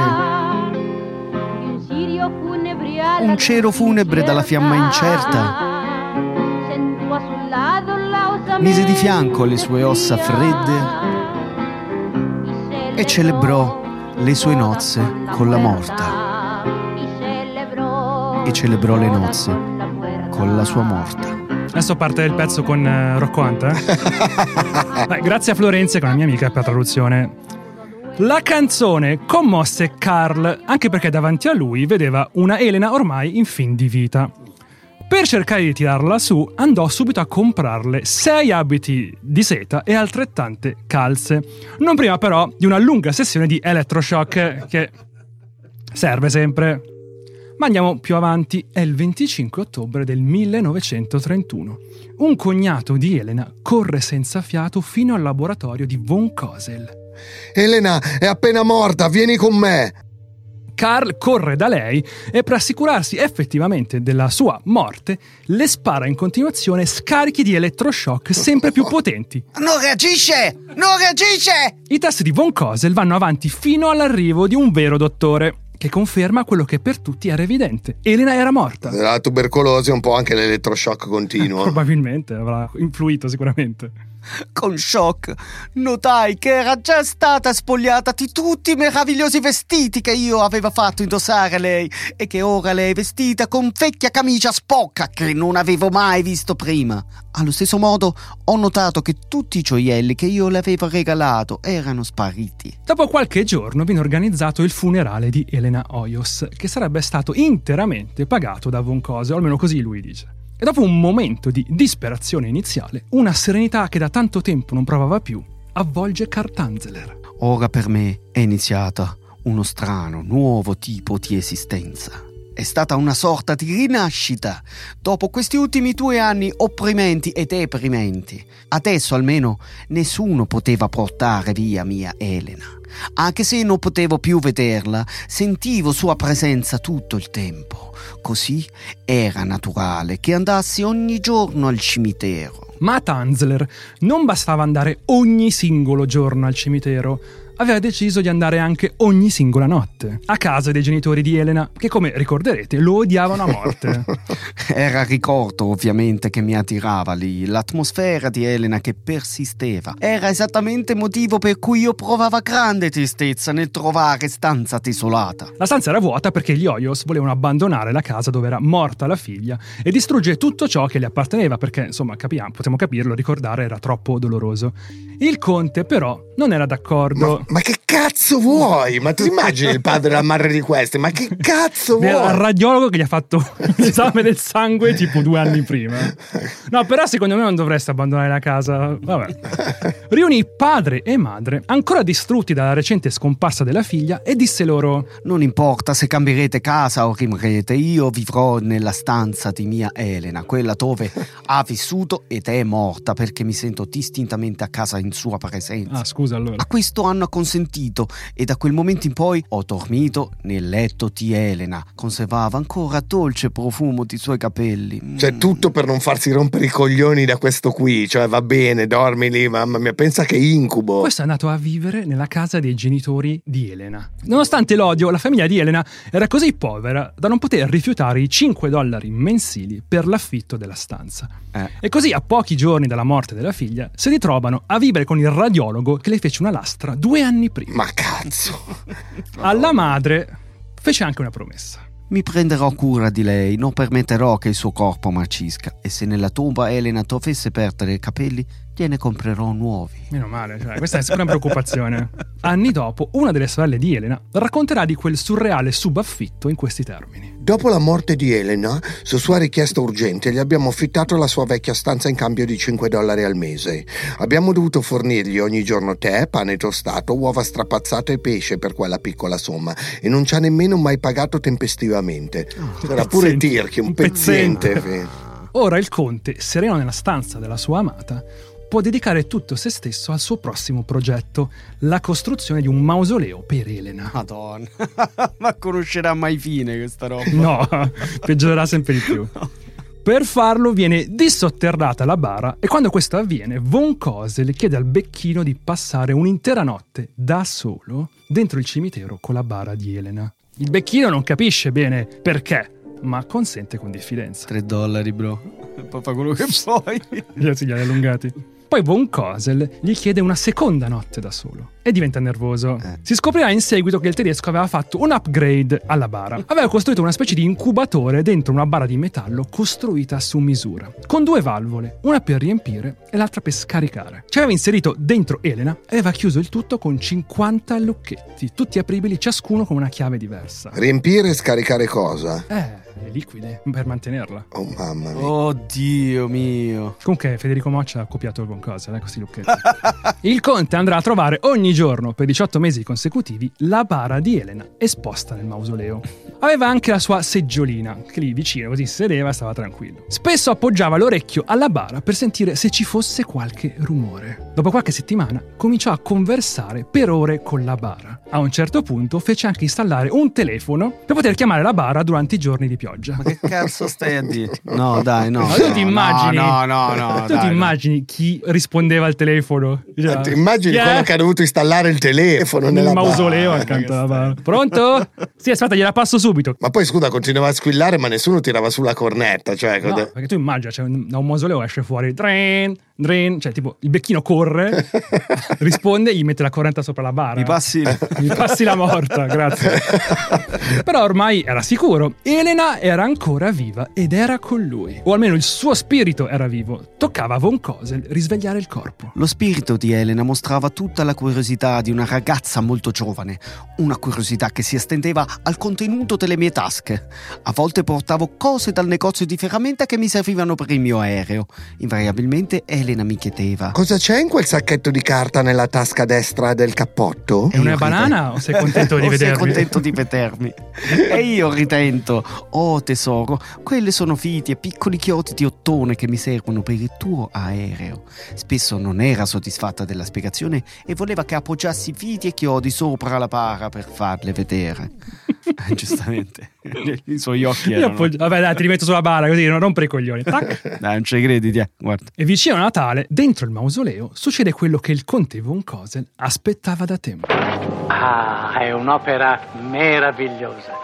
un cero funebre dalla fiamma incerta mise di fianco le sue ossa fredde e celebrò le sue nozze con la morta. E celebrò le nozze con la sua morta. Adesso parte il pezzo con uh, Rocco Hunt, eh? Beh, grazie a Florenza, che è una mia amica, per la traduzione. La canzone commosse Karl, anche perché davanti a lui vedeva una Elena ormai in fin di vita. Per cercare di tirarla su, andò subito a comprarle sei abiti di seta e altrettante calze. Non prima però di una lunga sessione di elettroshock, che serve sempre. Ma andiamo più avanti, è il venticinque ottobre del millenovecentotrentuno. Un cognato di Elena corre senza fiato fino al laboratorio di von Cosel. Elena è appena morta, vieni con me! Karl corre da lei e, per assicurarsi effettivamente della sua morte, le spara in continuazione scarichi di elettroshock sempre più potenti. Non reagisce! Non reagisce! I test di von Cosel vanno avanti fino all'arrivo di un vero dottore, che conferma quello che per tutti era evidente: Elena era morta. La tubercolosi e un po' anche l'elettroshock continuo. Probabilmente avrà influito sicuramente. Con shock notai che era già stata spogliata di tutti i meravigliosi vestiti che io avevo fatto indossare a lei e che ora lei è vestita con vecchia camicia sporca che non avevo mai visto prima. Allo stesso modo ho notato che tutti i gioielli che io le avevo regalato erano spariti. Dopo qualche giorno viene organizzato il funerale di Elena Hoyos, che sarebbe stato interamente pagato da von Cosel, o almeno così lui dice. E dopo un momento di disperazione iniziale, una serenità che da tanto tempo non provava più avvolge Karl Tanzler. Ora per me è iniziata uno strano, nuovo tipo di esistenza. È stata una sorta di rinascita dopo questi ultimi due anni opprimenti e deprimenti. Adesso almeno nessuno poteva portare via mia Elena. Anche se non potevo più vederla, sentivo sua presenza tutto il tempo. Così era naturale che andassi ogni giorno al cimitero. Ma a Tanzler non bastava andare ogni singolo giorno al cimitero. Aveva deciso di andare anche ogni singola notte a casa dei genitori di Elena, che, come ricorderete, lo odiavano a morte. Era il ricordo ovviamente che mi attirava lì, l'atmosfera di Elena che persisteva. Era esattamente il motivo per cui io provava grande tristezza nel trovare stanza desolata. La stanza era vuota perché gli Hoyos volevano abbandonare la casa dove era morta la figlia e distruggere tutto ciò che le apparteneva, perché, insomma, capiamo, potremmo capirlo, ricordare era troppo doloroso. Il conte però non era d'accordo. Ma, ma che cazzo vuoi? Ma tu immagini il padre della madre di queste? Ma che cazzo vuoi? Era il radiologo che gli ha fatto l'esame del sangue tipo due anni prima. No, però secondo me non dovresti abbandonare la casa. Vabbè. Riunì padre e madre, ancora distrutti dalla della recente scomparsa della figlia e disse loro: non importa se cambierete casa o rimarrete, io vivrò nella stanza di mia Elena, quella dove ha vissuto ed è morta, perché mi sento distintamente a casa in sua presenza. Ah, scusa allora. A questo hanno acconsentito e da quel momento in poi ho dormito nel letto di Elena. Conservava ancora dolce profumo di suoi capelli. Mm. Cioè tutto per non farsi rompere i coglioni da questo qui. Cioè va bene, dormi lì, mamma mia, pensa che incubo. Questo è andato a vivere nella casa dei genitori di Elena. Nonostante l'odio, la famiglia di Elena era così povera da non poter rifiutare i cinque dollari mensili per l'affitto della stanza. Eh. E così, a pochi giorni dalla morte della figlia, si ritrovano a vivere con il radiologo che le fece una lastra due anni prima. Ma cazzo! Alla madre fece anche una promessa. Mi prenderò cura di lei, non permetterò che il suo corpo marcisca, e se nella tomba Elena dovesse perdere i capelli, gliene comprerò nuovi. Meno male, cioè, questa è sempre una preoccupazione. Anni dopo, una delle sorelle di Elena racconterà di quel surreale subaffitto in questi termini. Dopo la morte di Elena, su sua richiesta urgente, gli abbiamo affittato la sua vecchia stanza in cambio di cinque dollari al mese. Abbiamo dovuto fornirgli ogni giorno tè, pane tostato, uova strapazzate e pesce per quella piccola somma, e non ci ha nemmeno mai pagato tempestivamente. Oh, era pure tirchi, un, un pezzente. pezzente. Ora il conte, sereno nella stanza della sua amata, può dedicare tutto se stesso al suo prossimo progetto, la costruzione di un mausoleo per Elena. Madonna, ma conoscerà mai fine questa roba? No, peggiorerà sempre di più. Per farlo viene dissotterrata la bara e quando questo avviene, Von Cosel chiede al becchino di passare un'intera notte da solo dentro il cimitero con la bara di Elena. Il becchino non capisce bene perché, ma consente con diffidenza. Tre dollari, bro. Poi fa quello che vuoi. Gli signali allungati. Poi Von Cosel gli chiede una seconda notte da solo e diventa nervoso. Eh. Si scoprirà in seguito che il tedesco aveva fatto un upgrade alla bara. Aveva costruito una specie di incubatore dentro una bara di metallo costruita su misura, con due valvole, una per riempire e l'altra per scaricare. Ci aveva inserito dentro Elena e aveva chiuso il tutto con cinquanta lucchetti, tutti apribili, ciascuno con una chiave diversa. Riempire e scaricare cosa? Eh... liquidi per mantenerla. Oh mamma mia. Oddio mio. Comunque Federico Moccia ha copiato il Von Cosel, eh, questi lucchetti. Il conte andrà a trovare ogni giorno per diciotto mesi consecutivi la bara di Elena esposta nel mausoleo. Aveva anche la sua seggiolina che lì vicino, così sedeva e stava tranquillo. Spesso appoggiava l'orecchio alla bara per sentire se ci fosse qualche rumore. Dopo qualche settimana cominciò a conversare per ore con la bara. A un certo punto fece anche installare un telefono per poter chiamare la bara durante i giorni di pioggia. Ma che cazzo stai a dire? No, dai, no. Ma tu ti immagini? No, no, no. Tu dai, ti immagini no. Chi rispondeva al telefono? Cioè, ti immagini quello che ha dovuto installare il telefono nel nella mausoleo bara. accanto alla bara. Pronto? Sì, aspetta, gliela passo subito. Ma poi scusa, continuava a squillare, ma nessuno tirava sulla cornetta. Cioè, no, code... perché tu immagina, cioè, da un mausoleo esce fuori drin, drin, cioè tipo il becchino corre, risponde e gli mette la correnta sopra la bara. Mi passi, Mi passi la morta, grazie. Però ormai era sicuro, Elena era ancora viva ed era con lui, o almeno il suo spirito era vivo. Toccava a Von Cosel risvegliare il corpo. Lo spirito di Elena mostrava tutta la curiosità di una ragazza molto giovane, una curiosità che si estendeva al contenuto delle mie tasche. A volte portavo cose dal negozio di ferramenta che mi servivano per il mio aereo. Invariabilmente Elena mi chiedeva: cosa c'è in quel sacchetto di carta nella tasca destra del cappotto? È una banana o sei contento di o vedermi? sei contento di vedermi? E io ritento: oh tesoro, quelle sono fiti e piccoli chiodi di ottone che mi servono per il tuo aereo. Spesso non era soddisfatta della spiegazione e voleva che appoggiassi fiti e chiodi sopra la bara per farle vedere. Giustamente i suoi occhi erano... Appoggi... vabbè dai, ti rimetto sulla bara così non rompere i coglioni. Tac. Dai, non ci credi, ti guarda. E vicino a Natale, dentro il mausoleo, succede quello che il conte Von Cosel aspettava da tempo. Ah, è un'opera meravigliosa.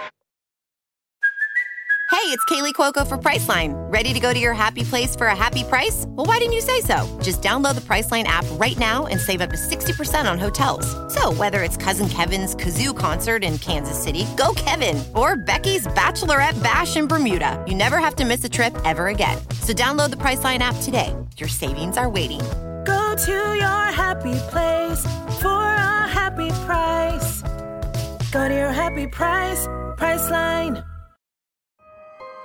Hey, it's Kaylee Cuoco for Priceline. Ready to go to your happy place for a happy price? Well, why didn't you say so? Just download the Priceline app right now and save up to sixty percent on hotels. So whether it's Cousin Kevin's Kazoo Concert in Kansas City, go Kevin, or Becky's Bachelorette Bash in Bermuda, you never have to miss a trip ever again. So download the Priceline app today. Your savings are waiting. Go to your happy place for a happy price. Go to your happy price, Priceline.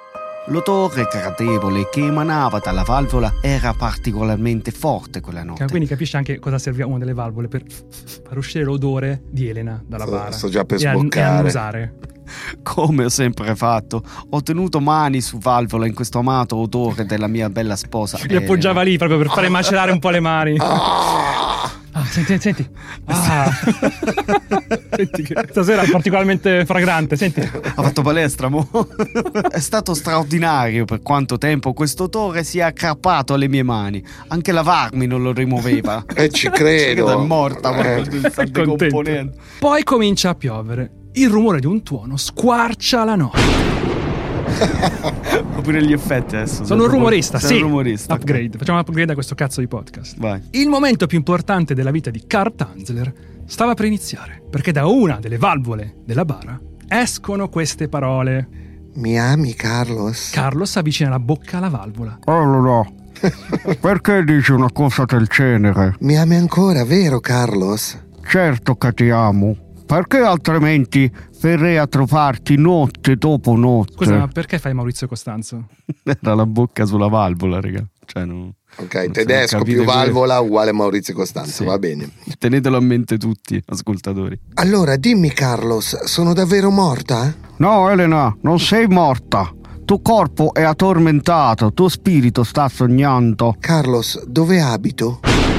L'odore gradevole che emanava dalla valvola era particolarmente forte quella notte. Quindi capisci anche cosa serviva una delle valvole per far uscire l'odore di Elena dalla bara. Sto già per e sboccare. A, e annusare. Come ho sempre fatto, ho tenuto mani su valvola in questo amato odore della mia bella sposa. Li appoggiava lì proprio per fare macerare un po' le mani. Ah, senti, senti. Ah. Senti che stasera è particolarmente fragrante, senti. Ha fatto palestra, mo. È stato straordinario per quanto tempo questo odore si è aggrappato alle mie mani. Anche lavarmi non lo rimuoveva. E ci credo. È morta, eh. sta decomponendo. Poi comincia a piovere. Il rumore di un tuono squarcia la notte. Oppure gli effetti adesso. Sono un rumorista, sì. Un rumorista. Upgrade. Okay. Facciamo un upgrade a questo cazzo di podcast. Vai. Il momento più importante della vita di Karl Tanzler stava per iniziare, perché da una delle valvole della bara escono queste parole. Mi ami, Carlos? Carlos avvicina la bocca alla valvola. Allora, perché dici una cosa del genere? Mi ami ancora, vero, Carlos? Certo che ti amo. Perché altrimenti verrei a trovarti notte dopo notte? Scusa, ma perché fai Maurizio Costanzo? Era la bocca sulla valvola, raga. Cioè, non, ok, non tedesco più valvola uguale Maurizio Costanzo, sì. Va bene. Tenetelo a mente tutti, ascoltatori. Allora, dimmi, Carlos, sono davvero morta? No, Elena, non sei morta. Tuo corpo è addormentato, tuo spirito sta sognando. Carlos, dove abito?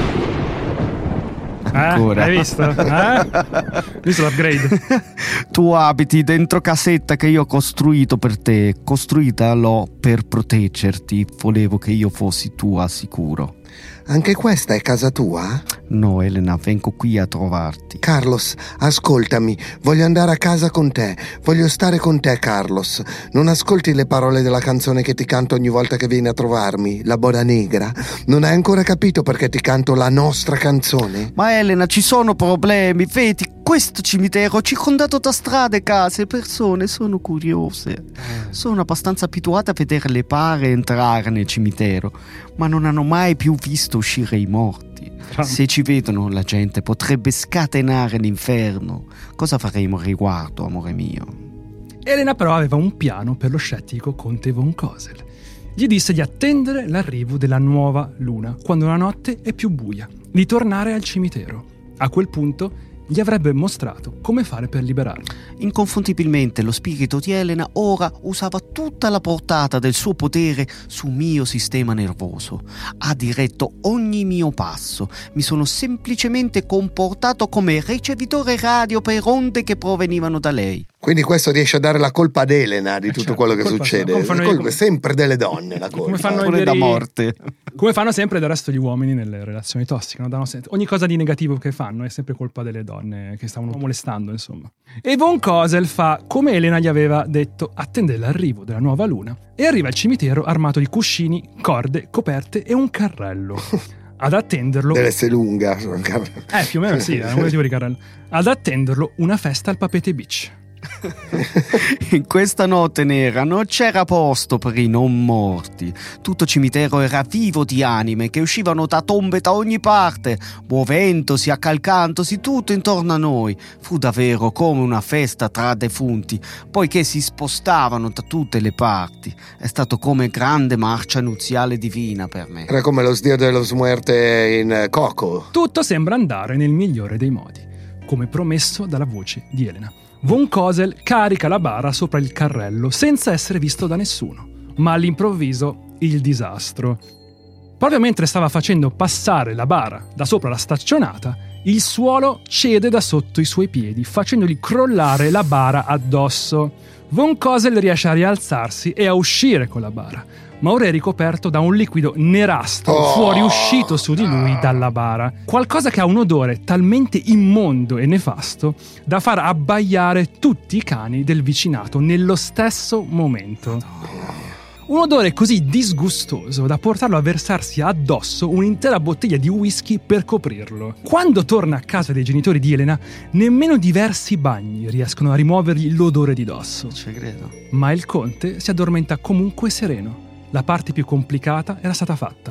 Eh, hai visto? Eh? Visto l'upgrade? Tu abiti dentro casetta che io ho costruito per te. Costruita l'ho per proteggerti. Volevo che io fossi tua sicuro. Anche questa è casa tua? No, Elena, vengo qui a trovarti. Carlos, ascoltami, voglio andare a casa con te, voglio stare con te, Carlos. Non ascolti le parole della canzone che ti canto ogni volta che vieni a trovarmi, La Boda Negra? Non hai ancora capito perché ti canto la nostra canzone? Ma Elena, ci sono problemi, vedi, questo cimitero circondato da strade, case, persone, sono curiose. Sono abbastanza abituate a vedere le bare entrare nel cimitero, ma non hanno mai più visto uscire i morti. Se ci vedono, la gente potrebbe scatenare l'inferno. Cosa faremo al riguardo, amore mio? Elena però aveva un piano per lo scettico conte von Cosel. Gli disse di attendere l'arrivo della nuova luna, quando la notte è più buia, di tornare al cimitero. A quel punto gli avrebbe mostrato come fare per liberarlo. Inconfondibilmente lo spirito di Elena ora usava tutta la portata del suo potere sul mio sistema nervoso. Ha diretto ogni mio passo. Mi sono semplicemente comportato come ricevitore radio per onde che provenivano da lei. Quindi questo riesce a dare la colpa ad Elena di tutto certo, quello che succede. La colpa come... è sempre delle donne, la colpa. Come fanno pure da morte. Come fanno sempre del resto gli uomini nelle relazioni tossiche, no? Danno sempre... ogni cosa di negativo che fanno è sempre colpa delle donne che stavano molestando, insomma. E von Cosel fa come Elena gli aveva detto, attende l'arrivo della nuova luna e arriva al cimitero armato di cuscini, corde, coperte e un carrello. Ad attenderlo... Deve essere lunga. Eh, più o meno sì, è un tipo di carrello. Ad attenderlo una festa al Papete Beach. In questa notte nera non c'era posto per i non morti. Tutto cimitero era vivo di anime che uscivano da tombe da ogni parte, muovendosi, accalcandosi tutto intorno a noi. Fu davvero come una festa tra defunti, poiché si spostavano da tutte le parti. È stato come grande marcia nuziale divina per me. Era come lo Dia de los Muertos in Coco. Tutto sembra andare nel migliore dei modi, come promesso dalla voce di Elena. Von Cosel carica la bara sopra il carrello senza essere visto da nessuno, ma all'improvviso il disastro. Proprio mentre stava facendo passare la bara da sopra la staccionata, il suolo cede da sotto i suoi piedi, facendogli crollare la bara addosso. Von Cosel riesce a rialzarsi e a uscire con la bara, ma ora è ricoperto da un liquido nerastro oh. fuoriuscito su di lui dalla bara. Qualcosa che ha un odore talmente immondo e nefasto da far abbaiare tutti i cani del vicinato nello stesso momento. Un odore così disgustoso da portarlo a versarsi addosso un'intera bottiglia di whisky per coprirlo. Quando torna a casa dei genitori di Elena, nemmeno diversi bagni riescono a rimuovergli l'odore di dosso. Ci credo. Ma il conte si addormenta comunque sereno. La parte più complicata era stata fatta.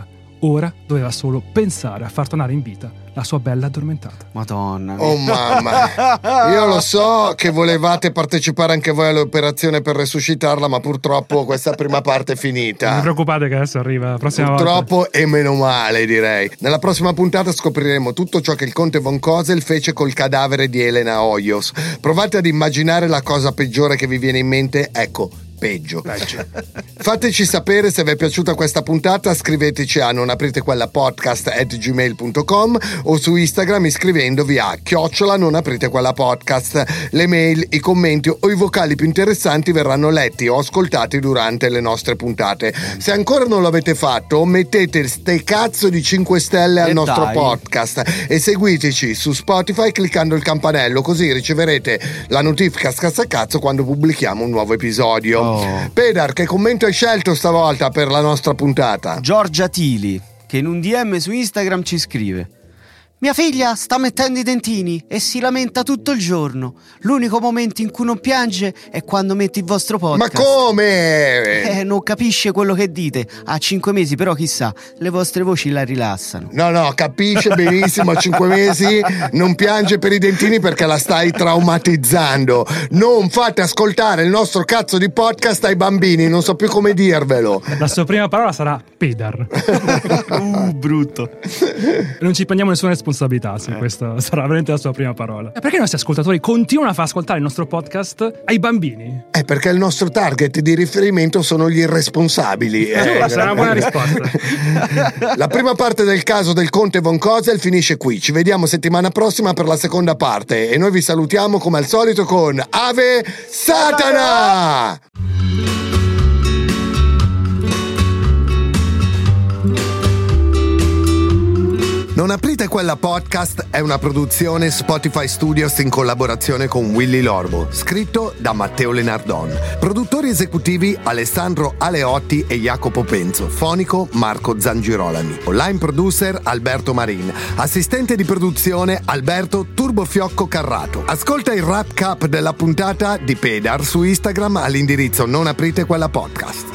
Ora doveva solo pensare a far tornare in vita la sua bella addormentata. Madonna. Oh mamma, io lo so che volevate partecipare anche voi all'operazione per resuscitarla, ma purtroppo questa prima parte è finita. Non vi preoccupate che adesso arriva la prossima purtroppo volta. E meno male, direi. Nella prossima puntata scopriremo tutto ciò che il conte von Cosel fece col cadavere di Elena Hoyos. Provate ad immaginare la cosa peggiore che vi viene in mente. Ecco, peggio. Fateci sapere se vi è piaciuta questa puntata, scriveteci a non aprite quella podcast at gmail punto com o su Instagram iscrivendovi a chiocciola non aprite quella podcast. Le mail, i commenti o i vocali più interessanti verranno letti o ascoltati durante le nostre puntate. Se ancora non lo avete fatto, mettete ste cazzo di cinque stelle al E nostro dai. podcast e seguiteci su Spotify cliccando il campanello, così riceverete la notifica scazzacazzo quando pubblichiamo un nuovo episodio. Oh. Pedar, che commento hai scelto stavolta per la nostra puntata? Giorgia Tili, che in un D M su Instagram ci scrive: mia figlia sta mettendo i dentini e si lamenta tutto il giorno. L'unico momento in cui non piange è quando mette il vostro podcast. Ma come? Eh, non capisce quello che dite. Ha cinque mesi, però chissà, le vostre voci la rilassano. No, no, capisce benissimo, a cinque mesi non piange per i dentini perché la stai traumatizzando. Non fate ascoltare il nostro cazzo di podcast ai bambini, non so più come dirvelo. La sua prima parola sarà pedar. uh, brutto. Non ci prendiamo nessuna responsabilità se Eh. questa sarà veramente la sua prima parola. E perché i nostri ascoltatori continuano a far ascoltare il nostro podcast ai bambini? È perché il nostro target di riferimento sono gli irresponsabili. Eh, Eh, sarà una buona risposta. La prima parte del caso del conte von Cosel finisce qui. Ci vediamo settimana prossima per la seconda parte e noi vi salutiamo come al solito con Ave Satana! Non aprite quella podcast è una produzione Spotify Studios in collaborazione con Willy Lorbo, scritto da Matteo Lenardon. Produttori esecutivi Alessandro Aleotti e Jacopo Penzo, fonico Marco Zangirolami, online producer Alberto Marin, assistente di produzione Alberto Turbofiocco Carrato. Ascolta il wrap up della puntata di Pedar su Instagram all'indirizzo Non aprite quella podcast.